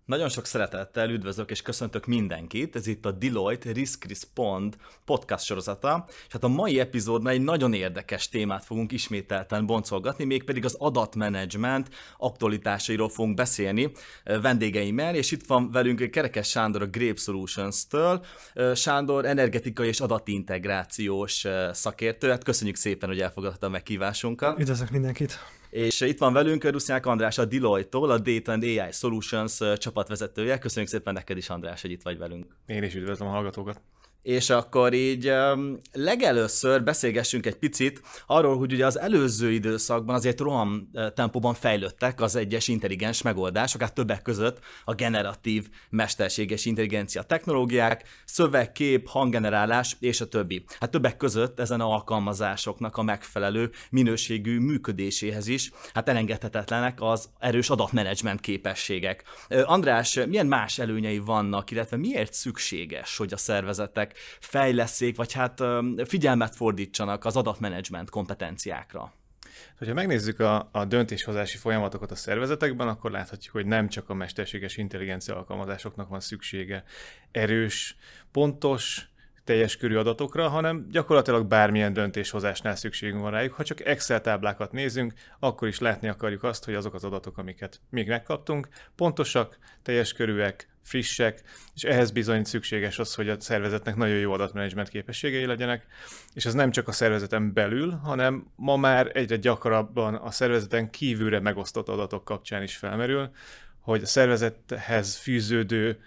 Nagyon sok szeretettel üdvözlök és köszöntök mindenkit, ez itt a Deloitte Risk Respond podcast sorozata, és hát a mai epizódban egy nagyon érdekes témát fogunk ismételten boncolgatni, mégpedig az adatmenedzsment aktualitásairól fogunk beszélni vendégeimmel, és itt van velünk Kerekes Sándor a Grape Solutions-től. Sándor energetikai és adatintegrációs szakértő, hát köszönjük szépen, hogy elfogadta a meghívásunkat. Üdvözlök mindenkit! És itt van velünk Rusznyák András a Deloitte-tól, a Data and AI Solutions csapatvezetője. Köszönjük szépen neked is, András, hogy itt vagy velünk. Én is üdvözlöm a hallgatókat. És akkor így legelőször beszélgessünk egy picit arról, hogy ugye az előző időszakban azért roham tempóban fejlődtek az egyes intelligens megoldások, hát többek között a generatív mesterséges intelligencia technológiák, szöveg, kép, hanggenerálás és a többi. Hát többek között ezen alkalmazásoknak a megfelelő minőségű működéséhez is hát elengedhetetlenek az erős adatmenedzsment képességek. András, milyen más előnyei vannak, illetve miért szükséges, hogy a szervezetek fejlesszék, vagy hát figyelmet fordítsanak az adatmenedzsment kompetenciákra? Ha megnézzük a döntéshozási folyamatokat a szervezetekben, akkor láthatjuk, hogy nem csak a mesterséges intelligencia alkalmazásoknak van szüksége erős, pontos, teljes körű adatokra, hanem gyakorlatilag bármilyen döntéshozásnál szükségünk van rájuk. Ha csak Excel táblákat nézünk, akkor is látni akarjuk azt, hogy azok az adatok, amiket még megkaptunk, pontosak, teljes körűek, frissek, és ehhez bizony szükséges az, hogy a szervezetnek nagyon jó adatmenedzsment képességei legyenek, és ez nem csak a szervezeten belül, hanem ma már egyre gyakrabban a szervezeten kívülre megosztott adatok kapcsán is felmerül, hogy a szervezethez fűződő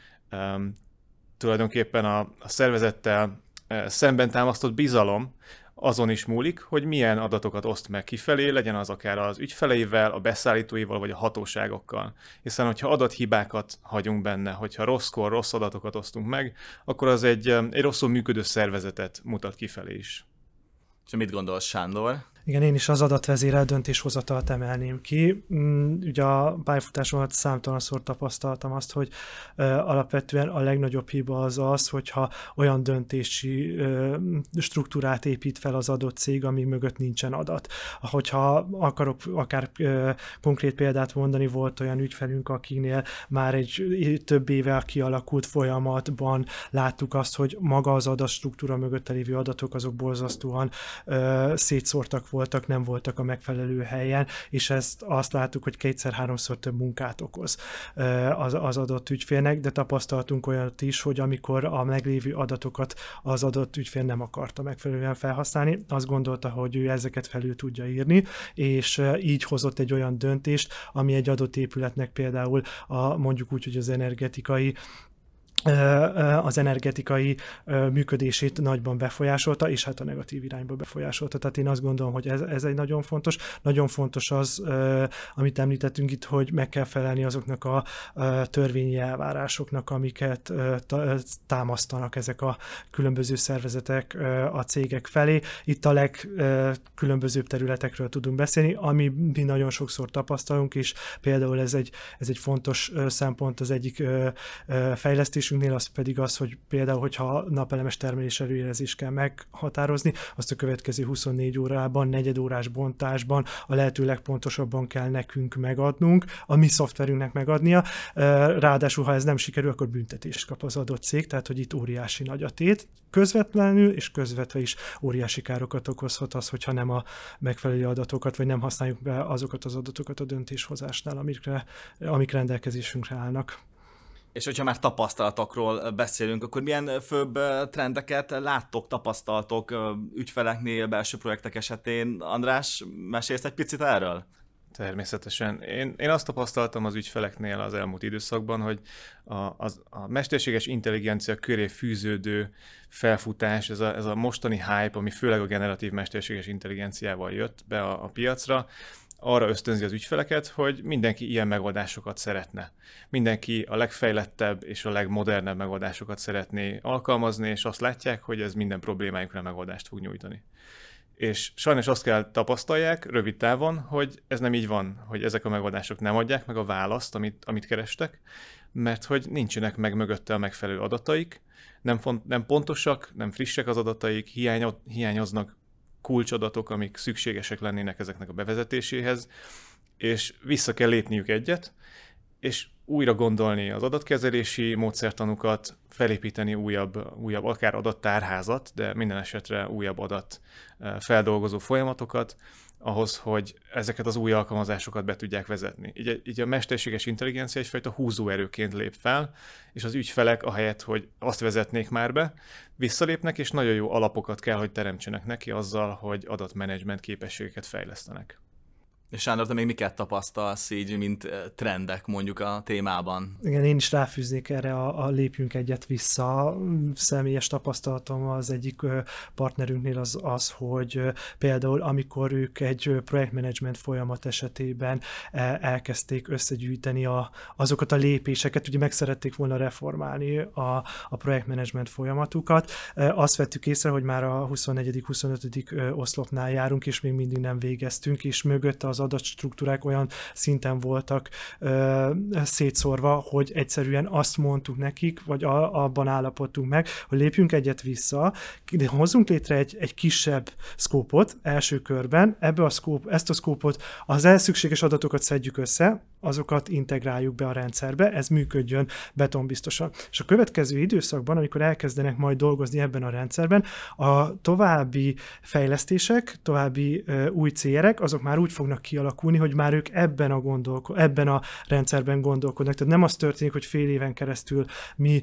tulajdonképpen a szervezettel szemben támasztott bizalom azon is múlik, hogy milyen adatokat oszt meg kifelé, legyen az akár az ügyfeleivel, a beszállítóival, vagy a hatóságokkal. Hiszen, hogyha adathibákat hagyunk benne, hogyha rosszkor rossz adatokat osztunk meg, akkor az egy rosszul működő szervezetet mutat kifelé is. És mit gondolsz, Sándor? Igen, én is az adatvezérelt döntéshozatalt emelném ki. Ugye a pályafutásom alatt számtalanszor tapasztaltam azt, hogy alapvetően a legnagyobb hiba az, hogyha olyan döntési struktúrát épít fel az adott cég, ami mögött nincsen adat. Hogyha akarok akár konkrét példát mondani, volt olyan ügyfelünk, akinél már egy több éve kialakult folyamatban láttuk azt, hogy maga az adatstruktúra mögött lévő adatok azok borzasztóan szétszórtak voltak, nem voltak a megfelelő helyen, és azt láttuk, hogy 2-3-szor több munkát okoz az adott ügyfélnek, de tapasztaltunk olyat is, hogy amikor a meglévő adatokat az adott ügyfél nem akarta megfelelően felhasználni, azt gondolta, hogy ő ezeket felül tudja írni, és így hozott egy olyan döntést, ami egy adott épületnek például mondjuk úgy, hogy az energetikai működését nagyban befolyásolta, és hát a negatív irányba befolyásolta. Tehát én azt gondolom, hogy ez egy nagyon fontos. Nagyon fontos az, amit említettünk itt, hogy meg kell felelni azoknak a törvényi elvárásoknak, amiket támasztanak ezek a különböző szervezetek a cégek felé. Itt a legkülönbözőbb területekről tudunk beszélni, ami mi nagyon sokszor tapasztalunk, és például ez egy fontos szempont az egyik fejlesztés, az pedig az, hogy például, hogyha napelemes termelés előjelzést kell meghatározni, azt a következő 24 órában, negyedórás bontásban a lehető legpontosabban kell nekünk megadnunk, a mi szoftverünknek megadnia. Ráadásul, ha ez nem sikerül, akkor büntetést kap az adott cég, tehát hogy itt óriási nagy a tét. Közvetlenül és közvetve is óriási károkat okozhat az, hogyha nem a megfelelő adatokat, vagy nem használjuk be azokat az adatokat a döntéshozásnál, amik rendelkezésünkre állnak. És hogyha már tapasztalatokról beszélünk, akkor milyen főbb trendeket láttok, tapasztaltok ügyfeleknél, belső projektek esetén? András, mesélsz egy picit erről? Természetesen. Én azt tapasztaltam az ügyfeleknél az elmúlt időszakban, hogy a mesterséges intelligencia köré fűződő felfutás, ez a mostani hype, ami főleg a generatív mesterséges intelligenciával jött be a piacra, arra ösztönzi az ügyfeleket, hogy mindenki ilyen megoldásokat szeretne. Mindenki a legfejlettebb és a legmodernebb megoldásokat szeretné alkalmazni, és azt látják, hogy ez minden problémájukra megoldást fog nyújtani. És sajnos azt kell tapasztalják rövid távon, hogy ez nem így van, hogy ezek a megoldások nem adják meg a választ, amit kerestek, mert hogy nincsenek meg mögötte a megfelelő adataik, nem pontosak, nem frissek az adataik, hiányoznak kulcsadatok, amik szükségesek lennének ezeknek a bevezetéséhez, és vissza kell lépniük egyet, és újra gondolni az adatkezelési módszertanukat, felépíteni újabb akár adattárházat, de minden esetre újabb adatfeldolgozó folyamatokat, ahhoz, hogy ezeket az új alkalmazásokat be tudják vezetni. Így a mesterséges intelligencia egyfajta húzóerőként lép fel, és az ügyfelek ahelyett, hogy azt vezetnék már be, visszalépnek, és nagyon jó alapokat kell, hogy teremtsenek neki azzal, hogy adatmenedzsment képességeket fejlesztenek. És Sándor, te még miket tapasztalsz így, mint trendek mondjuk a témában? Igen, én is ráfűznék erre a lépjünk egyet vissza. Személyes tapasztalatom az egyik partnerünknél az, hogy például amikor ők egy projektmenedzsment folyamat esetében elkezdték összegyűjteni azokat a lépéseket, ugye meg szerették volna reformálni a projektmenedzsment folyamatukat, azt vettük észre, hogy már a 24.-25. oszlopnál járunk, és még mindig nem végeztünk, és mögötte az adatstruktúrák olyan szinten voltak szétszórva, hogy egyszerűen azt mondtuk nekik, vagy abban állapodtunk meg, hogy lépjünk egyet vissza, de hozzunk létre egy kisebb szkópot első körben, ezt a szkópot, az elszükséges adatokat szedjük össze, azokat integráljuk be a rendszerbe, ez működjön betonbiztosan. És a következő időszakban, amikor elkezdenek majd dolgozni ebben a rendszerben, a további fejlesztések, további új CR-ek, azok már úgy fognak kialakulni, hogy már ők ebben a rendszerben gondolkodnak. Tehát nem az történik, hogy fél éven keresztül mi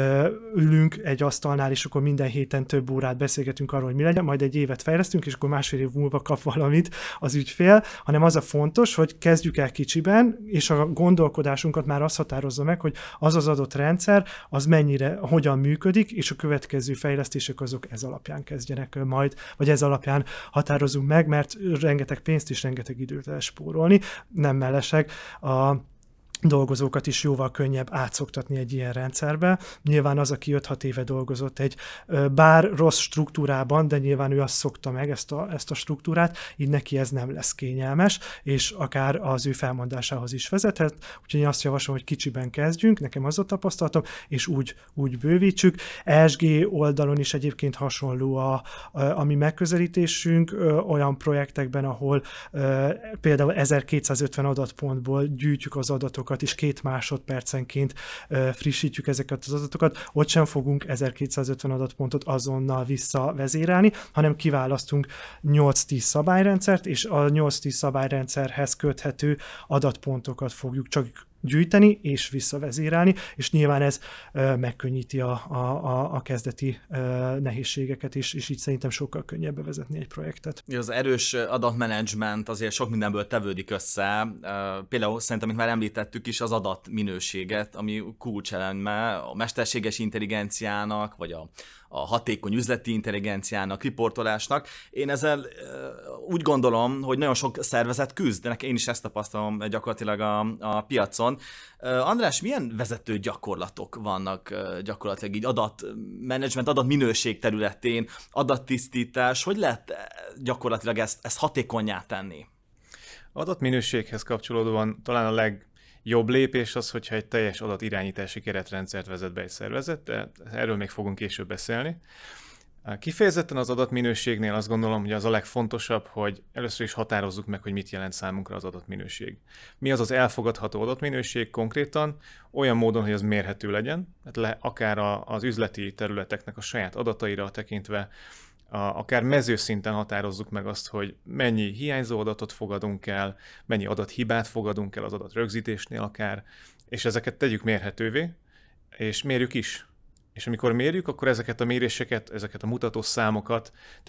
ülünk egy asztalnál, és akkor minden héten több órát beszélgetünk arról, hogy mi legyen, majd egy évet fejlesztünk, és akkor másfél év múlva kap valamit az ügyfél, hanem az a fontos, hogy kezdjük el kicsiben, és a gondolkodásunkat már azt határozza meg, hogy az adott rendszer, az mennyire, hogyan működik, és a következő fejlesztések azok ez alapján kezdjenek majd, vagy ez alapján határozunk meg, mert rengeteg pénzt és rengeteg időt el spórolni. Nem mellesleg a dolgozókat is jóval könnyebb átszoktatni egy ilyen rendszerbe. Nyilván az, aki 5-6 éve dolgozott egy bár rossz struktúrában, de nyilván ő azt szokta meg, ezt a struktúrát, így neki ez nem lesz kényelmes, és akár az ő felmondásához is vezethet. Úgyhogy én azt javaslom, hogy kicsiben kezdjünk, nekem az a tapasztalatom, és úgy bővítsük. ESG oldalon is egyébként hasonló a mi megközelítésünk, olyan projektekben, ahol például 1250 adatpontból gyűjtjük az adatokat, és 2 másodpercenként frissítjük ezeket az adatokat, ott sem fogunk 1250 adatpontot azonnal visszavezérelni, hanem kiválasztunk 8-10 szabályrendszert, és a 8-10 szabályrendszerhez köthető adatpontokat fogjuk csak gyűjteni és visszavezérelni, és nyilván ez megkönnyíti a kezdeti nehézségeket is, és így szerintem sokkal könnyebb bevezetni egy projektet. Az erős adatmenedzsment azért sok mindenből tevődik össze. Például szerintem, amit már említettük is, az adatminőséget, ami kulcseleme a mesterséges intelligenciának, vagy a hatékony üzleti intelligenciának, riportolásnak. Én ezzel úgy gondolom, hogy nagyon sok szervezet küzd, de én is ezt tapasztalom gyakorlatilag a piacon. András, milyen vezető gyakorlatok vannak gyakorlatilag így adatmenedzsment, adatminőség területén, adattisztítás, hogy lehet gyakorlatilag ezt hatékonnyá tenni? Adatminőséghez kapcsolódóan talán a legjobb lépés az, hogyha egy teljes adatirányítási keretrendszert vezet be egy szervezet, de erről még fogunk később beszélni. Kifejezetten az adatminőségnél azt gondolom, hogy az a legfontosabb, hogy először is határozzuk meg, hogy mit jelent számunkra az adatminőség. Mi az az elfogadható adatminőség konkrétan, olyan módon, hogy az mérhető legyen, akár az üzleti területeknek a saját adataira tekintve, akár mezőszinten határozzuk meg azt, hogy mennyi hiányzó adatot fogadunk el, mennyi adathibát fogadunk el az adatrögzítésnél akár, és ezeket tegyük mérhetővé, és mérjük is. És amikor mérjük, akkor ezeket a méréseket, ezeket a mutatószámokat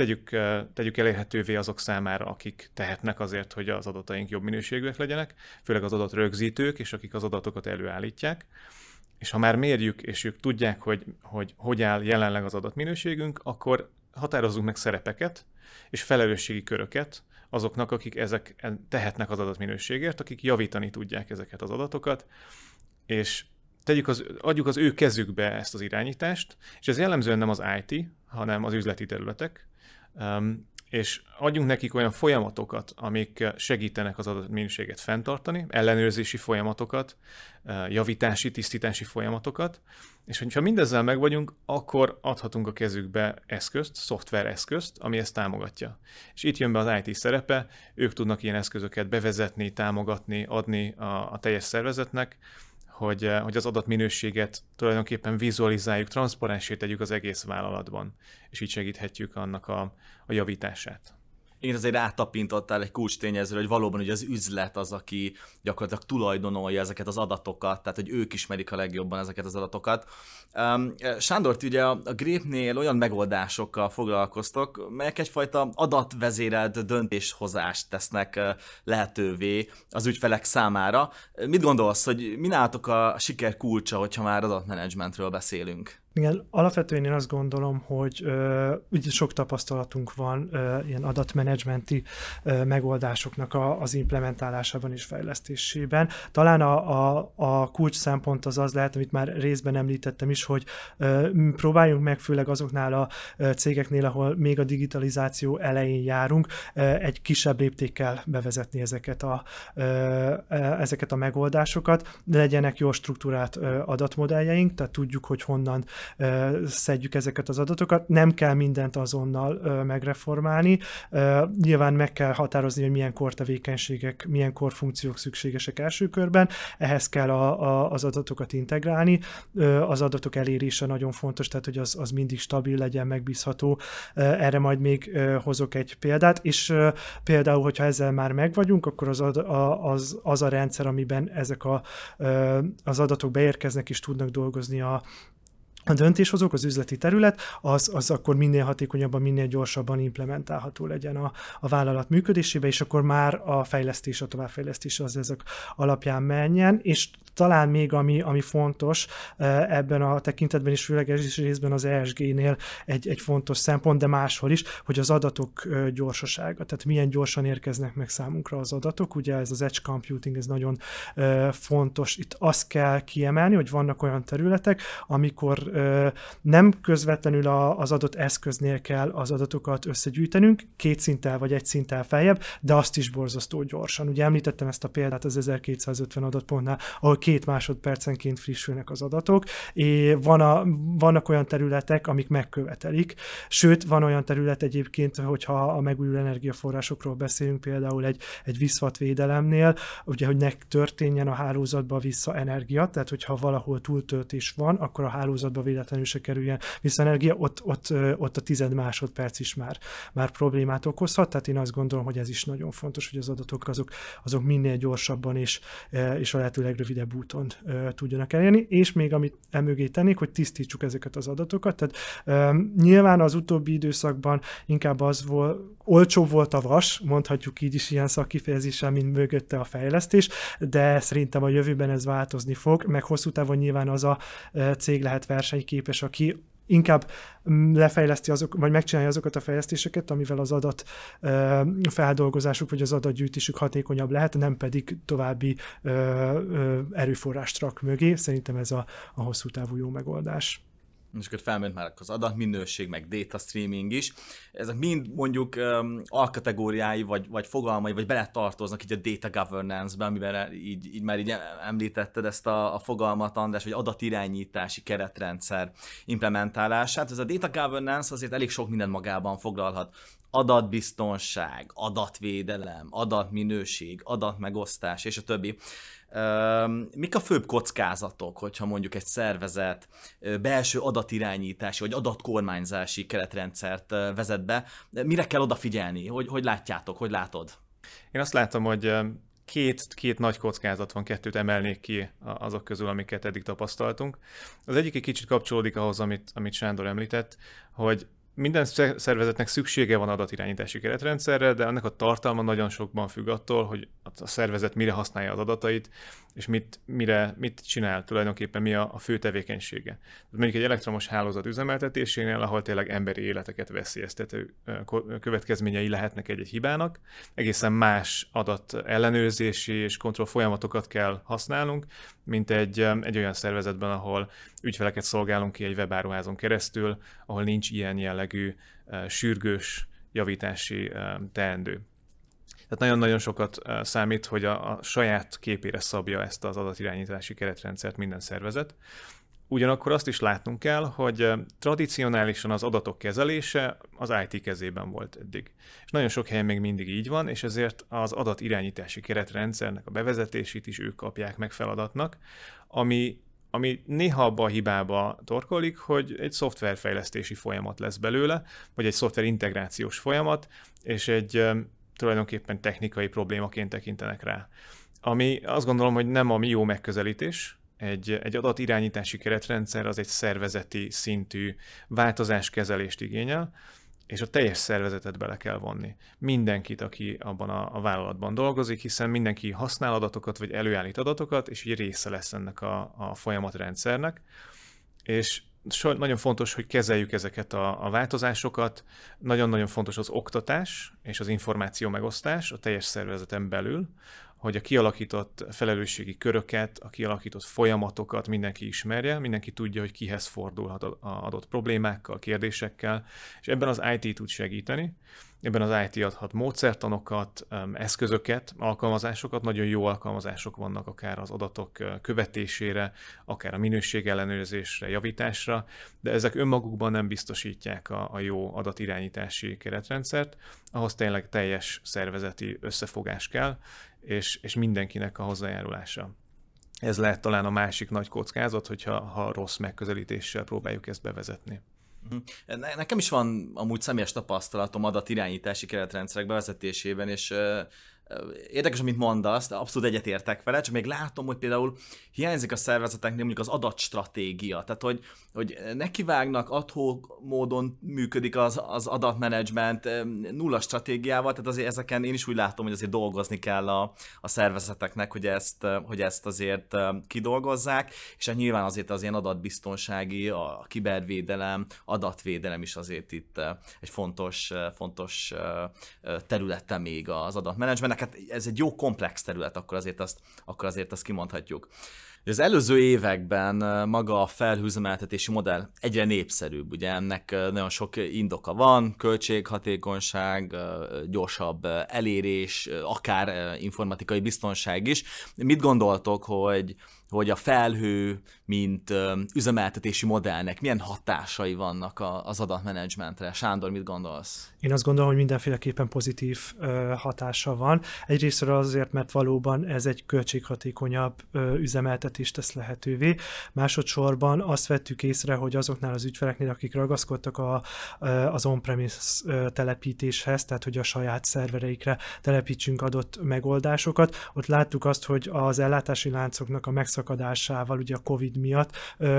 tegyük elérhetővé azok számára, akik tehetnek azért, hogy az adataink jobb minőségűek legyenek, főleg az adatrögzítők, és akik az adatokat előállítják. És ha már mérjük, és ők tudják, hogy áll jelenleg az adatminőségünk, akkor határozzunk meg szerepeket és felelősségi köröket azoknak, akik tehetnek az adatminőségért, akik javítani tudják ezeket az adatokat, és adjuk az ő kezükbe ezt az irányítást, és ez jellemzően nem az IT, hanem az üzleti területek, és adjunk nekik olyan folyamatokat, amik segítenek az adatminőséget fenntartani, ellenőrzési folyamatokat, javítási, tisztítási folyamatokat, és hogyha mindezzel megvagyunk, akkor adhatunk a kezükbe eszközt, szoftvereszközt, ami ezt támogatja. És itt jön be az IT szerepe, ők tudnak ilyen eszközöket bevezetni, támogatni, adni a teljes szervezetnek, hogy az adatminőséget tulajdonképpen vizualizáljuk, transzparensé tegyük az egész vállalatban, és így segíthetjük annak a javítását. Én azért rátapintottál egy kulcstényezőre, hogy valóban ugye az üzlet az, aki gyakorlatilag tulajdonolja ezeket az adatokat, tehát hogy ők ismerik a legjobban ezeket az adatokat. Sándor, ti ugye a Grape-nél olyan megoldásokkal foglalkoztok, melyek egyfajta adatvezérelt döntéshozást tesznek lehetővé az ügyfelek számára. Mit gondolsz, hogy mi nálatok a siker kulcsa, hogyha már adatmenedzsmentről beszélünk? Igen, alapvetően én azt gondolom, hogy ugye sok tapasztalatunk van ilyen adatmenedzsmenti megoldásoknak az implementálásában és fejlesztésében. Talán a kulcs szempont az lehet, amit már részben említettem is, hogy próbáljunk meg főleg azoknál a cégeknél, ahol még a digitalizáció elején járunk, egy kisebb léptékkel bevezetni ezeket a megoldásokat. Legyenek jól struktúrált adatmodelljeink, tehát tudjuk, hogy honnan szedjük ezeket az adatokat. Nem kell mindent azonnal megreformálni. Nyilván meg kell határozni, hogy milyen kortevékenységek, milyen korfunkciók szükségesek első körben. Ehhez kell az adatokat integrálni. Az adatok elérése nagyon fontos, tehát hogy az mindig stabil legyen, megbízható. Erre majd még hozok egy példát, és például, hogyha ezzel már megvagyunk, akkor az a rendszer, amiben ezek az adatok beérkeznek és tudnak dolgozni a döntéshozók, az üzleti terület, az akkor minél hatékonyabban, minél gyorsabban implementálható legyen a vállalat működésébe, és akkor már a fejlesztés, a továbbfejlesztés az ezek alapján menjen, és talán még ami fontos ebben a tekintetben, és főleg részben az ESG-nél egy fontos szempont, de máshol is, hogy az adatok gyorsasága, tehát milyen gyorsan érkeznek meg számunkra az adatok, ugye ez az edge computing, ez nagyon fontos. Itt azt kell kiemelni, hogy vannak olyan területek, amikor nem közvetlenül az adott eszköznél kell az adatokat összegyűjtenünk, 2 szinttel vagy 1 szinttel feljebb, de azt is borzasztó gyorsan. Ugye említettem ezt a példát az 1250 adatpontnál, ahol 2 másodpercenként frissülnek az adatok, és vannak olyan területek, amik megkövetelik, sőt, van olyan terület egyébként, hogyha a megújuló energiaforrásokról beszélünk, például egy vízfatvédelemnél, ugye, hogy ne történjen a hálózatba vissza energia, tehát hogyha valahol túltöltés van, akkor a hálózatba véletlenül se kerüljen vissza energia, ott a 10 másodperc is már problémát okozhat, tehát én azt gondolom, hogy ez is nagyon fontos, hogy az adatok azok minél gyorsabban és a lehető legrövidebb úton tudjanak elérni, és még amit emögé tennék, hogy tisztítsuk ezeket az adatokat, tehát nyilván az utóbbi időszakban inkább olcsóbb volt a vas, mondhatjuk így is ilyen szakkifejezéssel, mint mögötte a fejlesztés, de szerintem a jövőben ez változni fog, meg hosszú távon nyilván az a cég lehet versenyképes, aki inkább lefejleszti vagy megcsinálja azokat a fejlesztéseket, amivel az adat feldolgozásuk vagy az adatgyűjtésük hatékonyabb lehet, nem pedig további erőforrást rak mögé. Szerintem ez a hosszú távú jó megoldás. És akkor felment már az adatminőség, meg data streaming is. Ezek mind mondjuk alkategóriái, vagy fogalmai, vagy beletartoznak így a data governance-be, amiben így már így említetted ezt a fogalmat, András, hogy adatirányítási keretrendszer implementálását. Ez a data governance azért elég sok mindent magában foglalhat. Adatbiztonság, adatvédelem, adatminőség, adatmegosztás, és a többi. Mik a főbb kockázatok, hogyha mondjuk egy szervezet belső adatirányítási vagy adatkormányzási keretrendszert vezet be? Mire kell odafigyelni? Hogy látjátok, hogy látod? Én azt látom, hogy két nagy kockázat van, 2 emelnék ki azok közül, amiket eddig tapasztaltunk. Az egyik egy kicsit kapcsolódik ahhoz, amit Sándor említett, hogy minden szervezetnek szüksége van adatirányítási keretrendszerre, de ennek a tartalma nagyon sokban függ attól, hogy a szervezet mire használja az adatait, és mit csinál tulajdonképpen, mi a fő tevékenysége. Mondjuk egy elektromos hálózat üzemeltetésénél, ahol tényleg emberi életeket veszélyeztető következményei lehetnek egy hibának, egészen más adat ellenőrzési és kontroll folyamatokat kell használnunk, mint egy olyan szervezetben, ahol ügyfeleket szolgálunk ki egy webáruházon keresztül, ahol nincs ilyen jellegű sürgős javítási teendő. Tehát nagyon-nagyon sokat számít, hogy a saját képére szabja ezt az adatirányítási keretrendszert minden szervezet. Ugyanakkor azt is látnunk kell, hogy tradicionálisan az adatok kezelése az IT kezében volt eddig. És nagyon sok helyen még mindig így van, és ezért az adatirányítási keretrendszernek a bevezetését is ők kapják meg feladatnak, ami néha abba a hibába torkolik, hogy egy szoftverfejlesztési folyamat lesz belőle, vagy egy szoftverintegrációs folyamat, és egy tulajdonképpen technikai problémaként tekintenek rá. Ami azt gondolom, hogy nem a mi jó megközelítés. Egy adatirányítási keretrendszer az egy szervezeti szintű változáskezelést igényel, és a teljes szervezetet bele kell vonni. Mindenkit, aki abban a vállalatban dolgozik, hiszen mindenki használ adatokat, vagy előállít adatokat, és így része lesz ennek a folyamatrendszernek. És nagyon fontos, hogy kezeljük ezeket a változásokat. Nagyon-nagyon fontos az oktatás és az információ megosztás a teljes szervezeten belül, hogy a kialakított felelősségi köröket, a kialakított folyamatokat mindenki ismerje, mindenki tudja, hogy kihez fordulhat adott problémákkal, kérdésekkel, és ebben az IT tud segíteni. Ebben az IT adhat módszertanokat, eszközöket, alkalmazásokat, nagyon jó alkalmazások vannak akár az adatok követésére, akár a minőség ellenőrzésre, javításra, de ezek önmagukban nem biztosítják a jó adatirányítási keretrendszert, ahhoz tényleg teljes szervezeti összefogás kell, és mindenkinek a hozzájárulása. Ez lehet talán a másik nagy kockázat, hogyha rossz megközelítéssel próbáljuk ezt bevezetni. Nekem is van amúgy személyes tapasztalatom adatirányítási keretrendszerek bevezetésében, és érdekes, amit mondasz, de abszolút egyetértek vele, csak még látom, hogy például hiányzik a szervezeteknél mondjuk az adatstratégia, tehát hogy nekivágnak, ad hoc módon működik az adatmenedzsment, nulla stratégiával, tehát azért ezeken én is úgy látom, hogy azért dolgozni kell a szervezeteknek, hogy ezt azért kidolgozzák, és hát nyilván azért az ilyen adatbiztonsági, a kibervédelem, adatvédelem is azért itt egy fontos területe még az adatmenedzsmentnek. Hát ez egy jó komplex terület, akkor azért azt kimondhatjuk. Az előző években maga a felhőüzemeltetési modell egyre népszerűbb, ugye ennek nagyon sok indoka van, költséghatékonyság, gyorsabb elérés, akár informatikai biztonság is. Mit gondoltok, hogy a felhő, mint üzemeltetési modellnek milyen hatásai vannak az adatmenedzsmentre? Sándor, mit gondolsz? Én azt gondolom, hogy mindenféleképpen pozitív hatása van. Egyrésztről azért, mert valóban ez egy költséghatékonyabb üzemeltetést tesz lehetővé. Másodszorban azt vettük észre, hogy azoknál az ügyfeleknél, akik ragaszkodtak az on-premise telepítéshez, tehát hogy a saját szervereikre telepítsünk adott megoldásokat, ott láttuk azt, hogy az ellátási láncoknak a megszakadásával, ugye a Covid miatt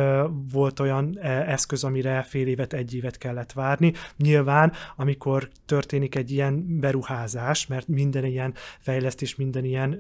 volt olyan eszköz, amire fél évet, egy évet kellett várni. Nyilván, amikor történik egy ilyen beruházás, mert minden ilyen fejlesztés, minden ilyen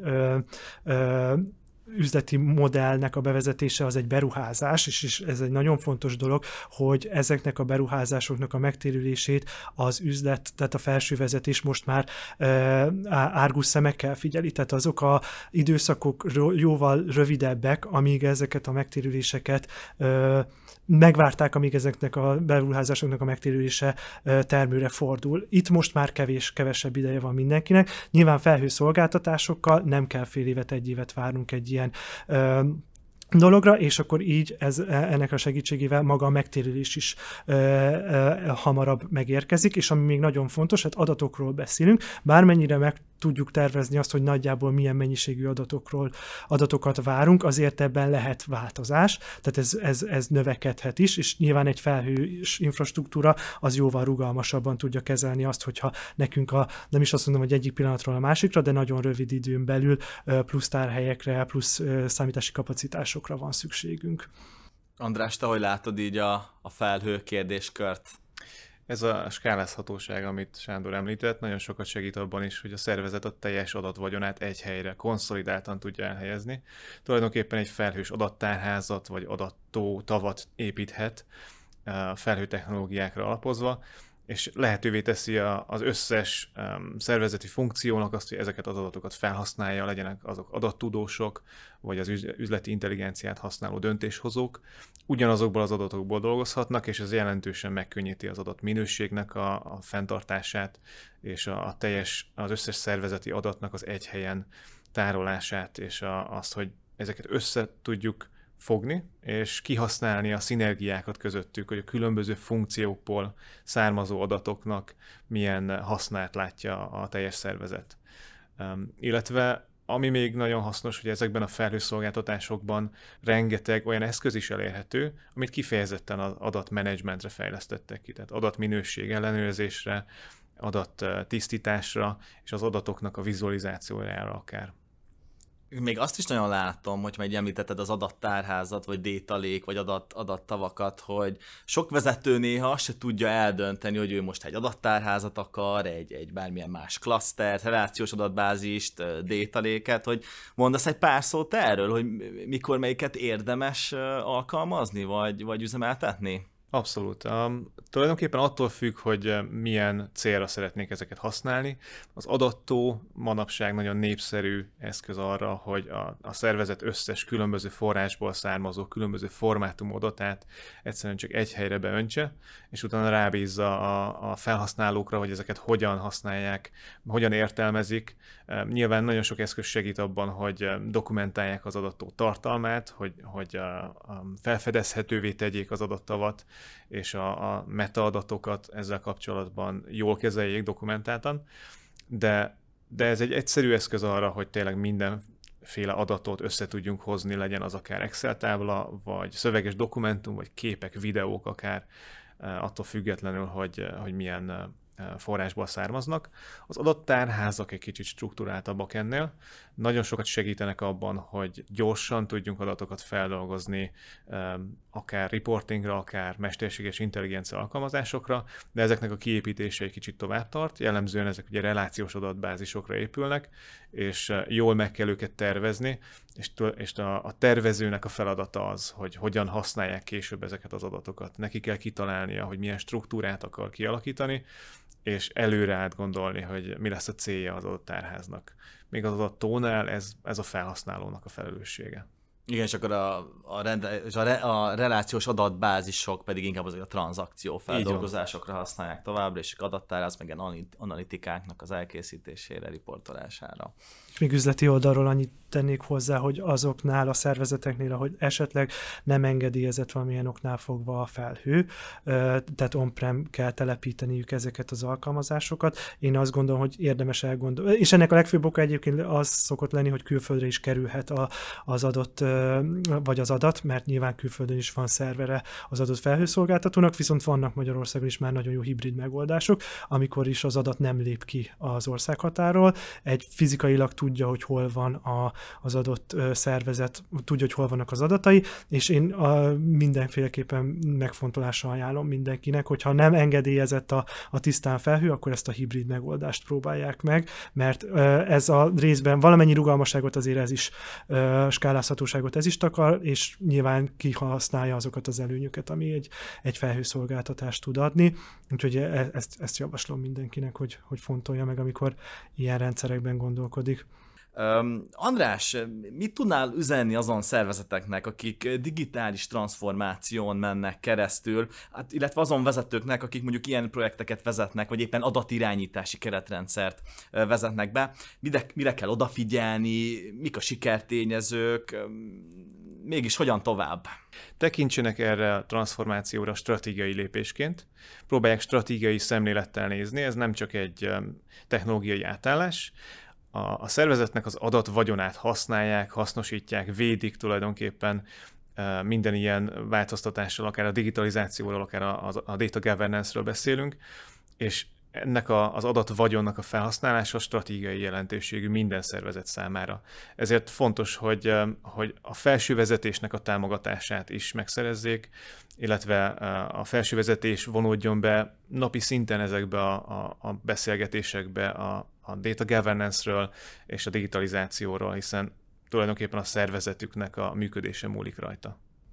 üzleti modellnek a bevezetése az egy beruházás, és ez egy nagyon fontos dolog, hogy ezeknek a beruházásoknak a megtérülését az üzlet, tehát a felső vezetés most már árgus szemekkel figyeli, tehát azok a időszakok jóval rövidebbek, amíg ezeket a megtérüléseket megvárták, amíg ezeknek a beruházásoknak a megtérülése termőre fordul. Itt most már kevesebb ideje van mindenkinek. Nyilván felhőszolgáltatásokkal nem kell fél évet, egy évet várnunk egy ilyen dologra, és akkor így ennek a segítségével maga a megtérülés is hamarabb megérkezik, és ami még nagyon fontos, hát adatokról beszélünk, bármennyire meg tudjuk tervezni azt, hogy nagyjából milyen mennyiségű adatokat várunk, azért ebben lehet változás, tehát ez növekedhet is, és nyilván egy felhős infrastruktúra az jóval rugalmasabban tudja kezelni azt, hogyha nekünk nem is azt mondom, hogy egyik pillanatról a másikra, de nagyon rövid időn belül plusz tárhelyekre, plusz számítási kapacitásokra van szükségünk. András, te hogy látod így a felhő kérdéskört? Ez a skálázhatóság, amit Sándor említett, nagyon sokat segít abban is, hogy a szervezet a teljes adatvagionát egy helyre konszolidáltan tudja elhelyezni. Tulajdonképpen egy felhős adattárházat vagy adattavat építhet felhő technológiákra alapozva, és lehetővé teszi az összes szervezeti funkciónak azt, hogy ezeket az adatokat felhasználja, legyenek azok adattudósok, vagy az üzleti intelligenciát használó döntéshozók, ugyanazokból az adatokból dolgozhatnak, és ez jelentősen megkönnyíti az adatminőségnek a fenntartását, és az összes szervezeti adatnak az egy helyen tárolását, és azt, hogy ezeket össze tudjuk fogni, és kihasználni a szinergiákat közöttük, hogy a különböző funkciókból származó adatoknak milyen hasznát látja a teljes szervezet. Illetve ami még nagyon hasznos, hogy ezekben a felhőszolgáltatásokban rengeteg olyan eszköz is elérhető, amit kifejezetten az adatmenedzsmentre fejlesztettek ki, tehát adatminőség ellenőrzésre, adattisztításra és az adatoknak a vizualizációjára akár. Még azt is nagyon látom, hogy majd említetted az adattárházat, vagy data lake, vagy adattavakat, hogy sok vezető néha azt se tudja eldönteni, hogy ő most egy adattárházat akar, egy bármilyen más klasztert, relációs adatbázist, data lake-et, hogy mondasz egy pár szót erről, hogy mikor melyiket érdemes alkalmazni, vagy üzemeltetni? Abszolút. Tulajdonképpen attól függ, hogy milyen célra szeretnék ezeket használni. Az adattó manapság nagyon népszerű eszköz arra, hogy a szervezet összes különböző forrásból származó, különböző formátumú adatát egyszerűen csak egy helyre beöntse, és utána rábízza a felhasználókra, hogy ezeket hogyan használják, hogyan értelmezik. Nyilván nagyon sok eszköz segít abban, hogy dokumentálják az adattó tartalmát, hogy felfedezhetővé tegyék az adattavat, és a metaadatokat ezzel kapcsolatban jól kezeljék dokumentáltan, de ez egy egyszerű eszköz arra, hogy tényleg mindenféle adatot össze tudjunk hozni, legyen az akár Excel tábla, vagy szöveges dokumentum, vagy képek, videók akár, attól függetlenül, hogy milyen forrásból származnak. Az adattárházak egy kicsit strukturáltabbak ennél. Nagyon sokat segítenek abban, hogy gyorsan tudjunk adatokat feldolgozni, akár reportingra, akár mesterséges intelligencia alkalmazásokra, de ezeknek a kiépítése egy kicsit tovább tart. Jellemzően ezek ugye relációs adatbázisokra épülnek, és jól meg kell őket tervezni, és a tervezőnek a feladata az, hogy hogyan használják később ezeket az adatokat. Neki kell kitalálnia, hogy milyen struktúrát akar kialakítani, és előre átgondolni, hogy mi lesz a célja az adott tárháznak. Még az adattónál ez a felhasználónak a felelőssége. Igen, és akkor a relációs adatbázisok pedig inkább a tranzakció feldolgozásokra használják továbbra, és adattárház meg analitikáknak az elkészítésére, riportolására. És még üzleti oldalról annyit tennék hozzá, hogy azoknál a szervezeteknél, ahogy esetleg nem engedélyezett valamilyen oknál fogva a felhő, tehát on-prem kell telepíteniük ezeket az alkalmazásokat. Én azt gondolom, hogy érdemes elgondolni. És ennek a legfőbb oka egyébként az szokott lenni, hogy külföldre is kerülhet az adott, vagy az adat, mert nyilván külföldön is van szervere az adott felhőszolgáltatónak, viszont vannak Magyarországon is már nagyon jó hibrid megoldások, amikor is az adat nem lép ki az országhatáról. Egy fizikailag tudja, hogy hol van az adott szervezet, tudja, hogy hol vannak az adatai, és én mindenféleképpen megfontolásra ajánlom mindenkinek, hogyha nem engedélyezett a tisztán felhő, akkor ezt a hibrid megoldást próbálják meg, mert ez a részben valamennyi rugalmasságot azért ez is, skálázhatóságot ez is takar, és nyilván kihasználja azokat az előnyöket, ami egy felhőszolgáltatást tud adni, úgyhogy ezt javaslom mindenkinek, hogy fontolja meg, amikor ilyen rendszerekben gondolkodik. András, mit tudnál üzenni azon szervezeteknek, akik digitális transformáción mennek keresztül, illetve azon vezetőknek, akik mondjuk ilyen projekteket vezetnek, vagy éppen adatirányítási keretrendszert vezetnek be, mire kell odafigyelni, mik a sikertényezők, mégis hogyan tovább? Tekintsenek erre a transformációra stratégiai lépésként, próbálják stratégiai szemlélettel nézni, ez nem csak egy technológiai átállás, a szervezetnek az adatvagionát használják, hasznosítják, védik tulajdonképpen minden ilyen változtatással, akár a digitalizációról, akár a data governance-ről beszélünk, és ennek az adatvagyonnak a felhasználása stratégiai jelentőségű minden szervezet számára. Ezért fontos, hogy a felső vezetésnek a támogatását is megszerezzék, illetve a felső vezetés vonódjon be napi szinten ezekbe a beszélgetésekbe a data governance-ről és a digitalizációról, hiszen tulajdonképpen a szervezetüknek a működése múlik rajta.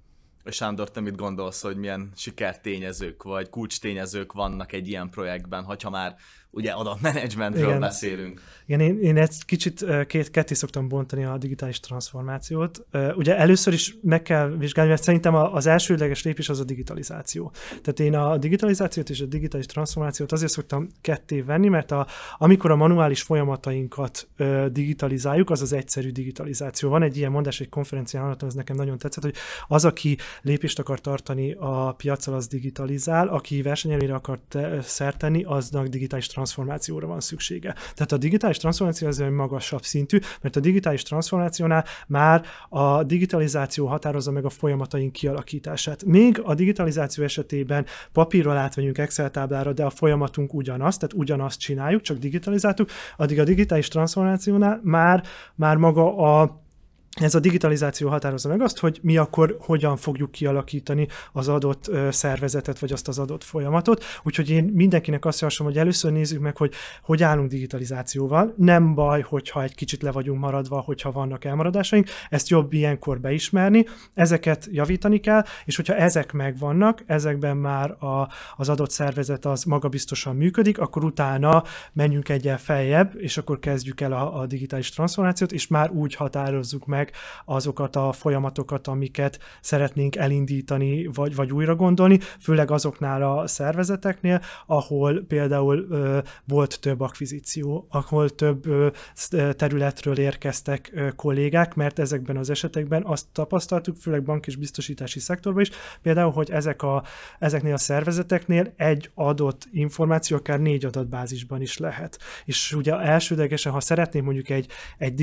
Sándor, te mit gondolsz, hogy milyen sikertényezők vagy kulcstényezők vannak egy ilyen projektben, hogyha már ugye adatmenedzsmentről beszélünk? Igen, én ezt kicsit ketté szoktam bontani a digitális transformációt. Ugye először is meg kell vizsgálni, mert szerintem az elsődleges lépés az a digitalizáció. Tehát én a digitalizációt és a digitális transformációt azért szoktam ketté venni, mert amikor a manuális folyamatainkat digitalizáljuk, az az egyszerű digitalizáció. Van egy ilyen mondás, egy konferencián hallottam, ez nekem nagyon tetszett, hogy az, aki lépést akar tartani a piaccal, az digitalizál, aki versenyelőre akar szert tenni, aznak digitális transformációra van szüksége. Tehát a digitális transformáció az egy magasabb szintű, mert a digitális transformációnál már a digitalizáció határozza meg a folyamataink kialakítását. Még a digitalizáció esetében papírról átvegyünk Excel táblára, de a folyamatunk ugyanaz, tehát ugyanazt csináljuk, csak digitalizáltuk, addig a digitális transformációnál már maga ez a digitalizáció határozza meg azt, hogy mi akkor hogyan fogjuk kialakítani az adott szervezetet, vagy azt az adott folyamatot. Úgyhogy én mindenkinek azt javaslom, hogy először nézzük meg, hogy állunk digitalizációval. Nem baj, hogyha egy kicsit le vagyunk maradva, hogyha vannak elmaradásaink. Ezt jobb ilyenkor beismerni, ezeket javítani kell, és hogyha ezek megvannak, ezekben már az adott szervezet az magabiztosan működik, akkor utána menjünk egyen feljebb, és akkor kezdjük el a digitális transformációt, és már úgy határozzuk meg azokat a folyamatokat, amiket szeretnénk elindítani, vagy újra gondolni, főleg azoknál a szervezeteknél, ahol például volt több akvizíció, ahol több területről érkeztek kollégák, mert ezekben az esetekben azt tapasztaltuk, főleg bank és biztosítási szektorban is, például, hogy ezeknél a szervezeteknél egy adott információ akár 4 adatbázisban is lehet. És ugye elsődlegesen, ha szeretném mondjuk egy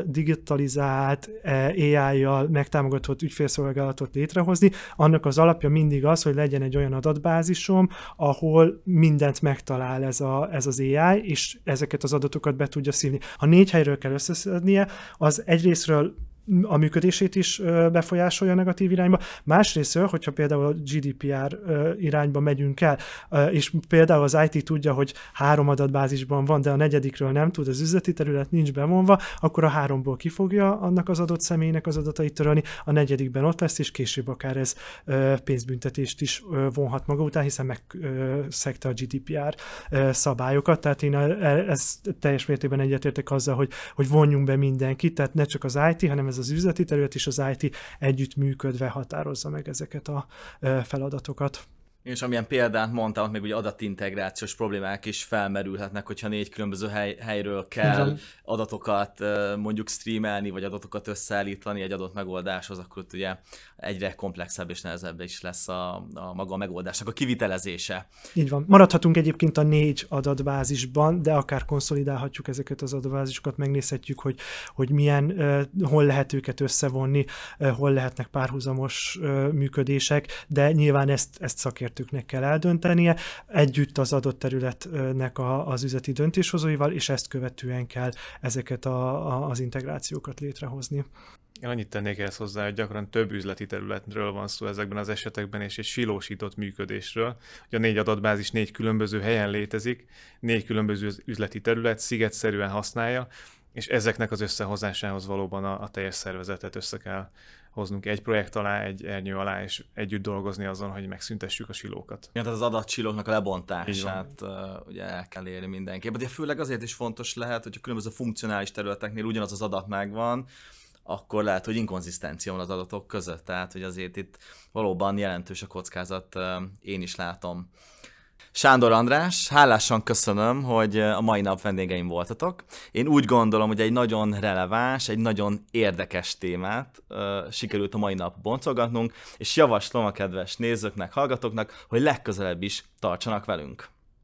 digitalizált AI-jal megtámogatott ügyfélszolgálatot létrehozni, annak az alapja mindig az, hogy legyen egy olyan adatbázisom, ahol mindent megtalál ez az AI, és ezeket az adatokat be tudja szívni. Ha 4 helyről kell összeszednie, az egyrészről a működését is befolyásolja negatív irányba. Másrésztről, hogyha például a GDPR irányba megyünk el, és például az IT tudja, hogy 3 adatbázisban van, de a 4. nem tud, az üzleti terület nincs bevonva, akkor a 3-ból ki fogja annak az adott személynek az adatait törölni, a 4. ott lesz, és később akár ez pénzbüntetést is vonhat maga után, hiszen megszegte a GDPR szabályokat. Tehát én ezt teljes mértékben egyetértek azzal, hogy vonjunk be mindenkit, tehát ne csak az IT, hanem ez az üzleti terület és az IT együtt működve határozza meg ezeket a feladatokat. És amilyen példát mondtam, ott még ugye adatintegrációs problémák is felmerülhetnek, hogyha 4 különböző helyről kell adatokat mondjuk streamelni, vagy adatokat összeállítani egy adott megoldáshoz, akkor ott ugye egyre komplexebb és nehezebb is lesz a maga a megoldásnak a kivitelezése. Így van. Maradhatunk egyébként a 4 adatbázisban, de akár konszolidálhatjuk ezeket az adatbázisokat, megnézhetjük, hogy milyen, hol lehet őket összevonni, hol lehetnek párhuzamos működések, de nyilván ezt szakértőknek kell eldöntenie, együtt az adott területnek az üzleti döntéshozóival, és ezt követően kell ezeket az integrációkat létrehozni. Én annyit tennék ehhez hozzá, hogy gyakran több üzleti területről van szó ezekben az esetekben, és egy silósított működésről. Ugye a 4 adatbázis 4 különböző helyen létezik, 4 különböző üzleti terület szigetszerűen használja, és ezeknek az összehozásához valóban a teljes szervezetet össze kell hoznunk egy projekt alá, egy ernyő alá, és együtt dolgozni azon, hogy megszüntessük a silókat. Ja, tehát az adatsilóknak a lebontását ugye el kell érni mindenképp. De főleg azért is fontos lehet, hogy a különböző funkcionális területeknél ugyanaz az adat megvan, akkor lehet, hogy inkonzisztencia van az adatok között. Tehát, hogy azért itt valóban jelentős a kockázat, én is látom. Sándor András, hálásan köszönöm, hogy a mai nap vendégeim voltatok. Én úgy gondolom, hogy egy nagyon releváns, egy nagyon érdekes témát sikerült a mai nap boncolgatnunk, és javaslom a kedves nézőknek, hallgatóknak, hogy legközelebb is tartsanak velünk.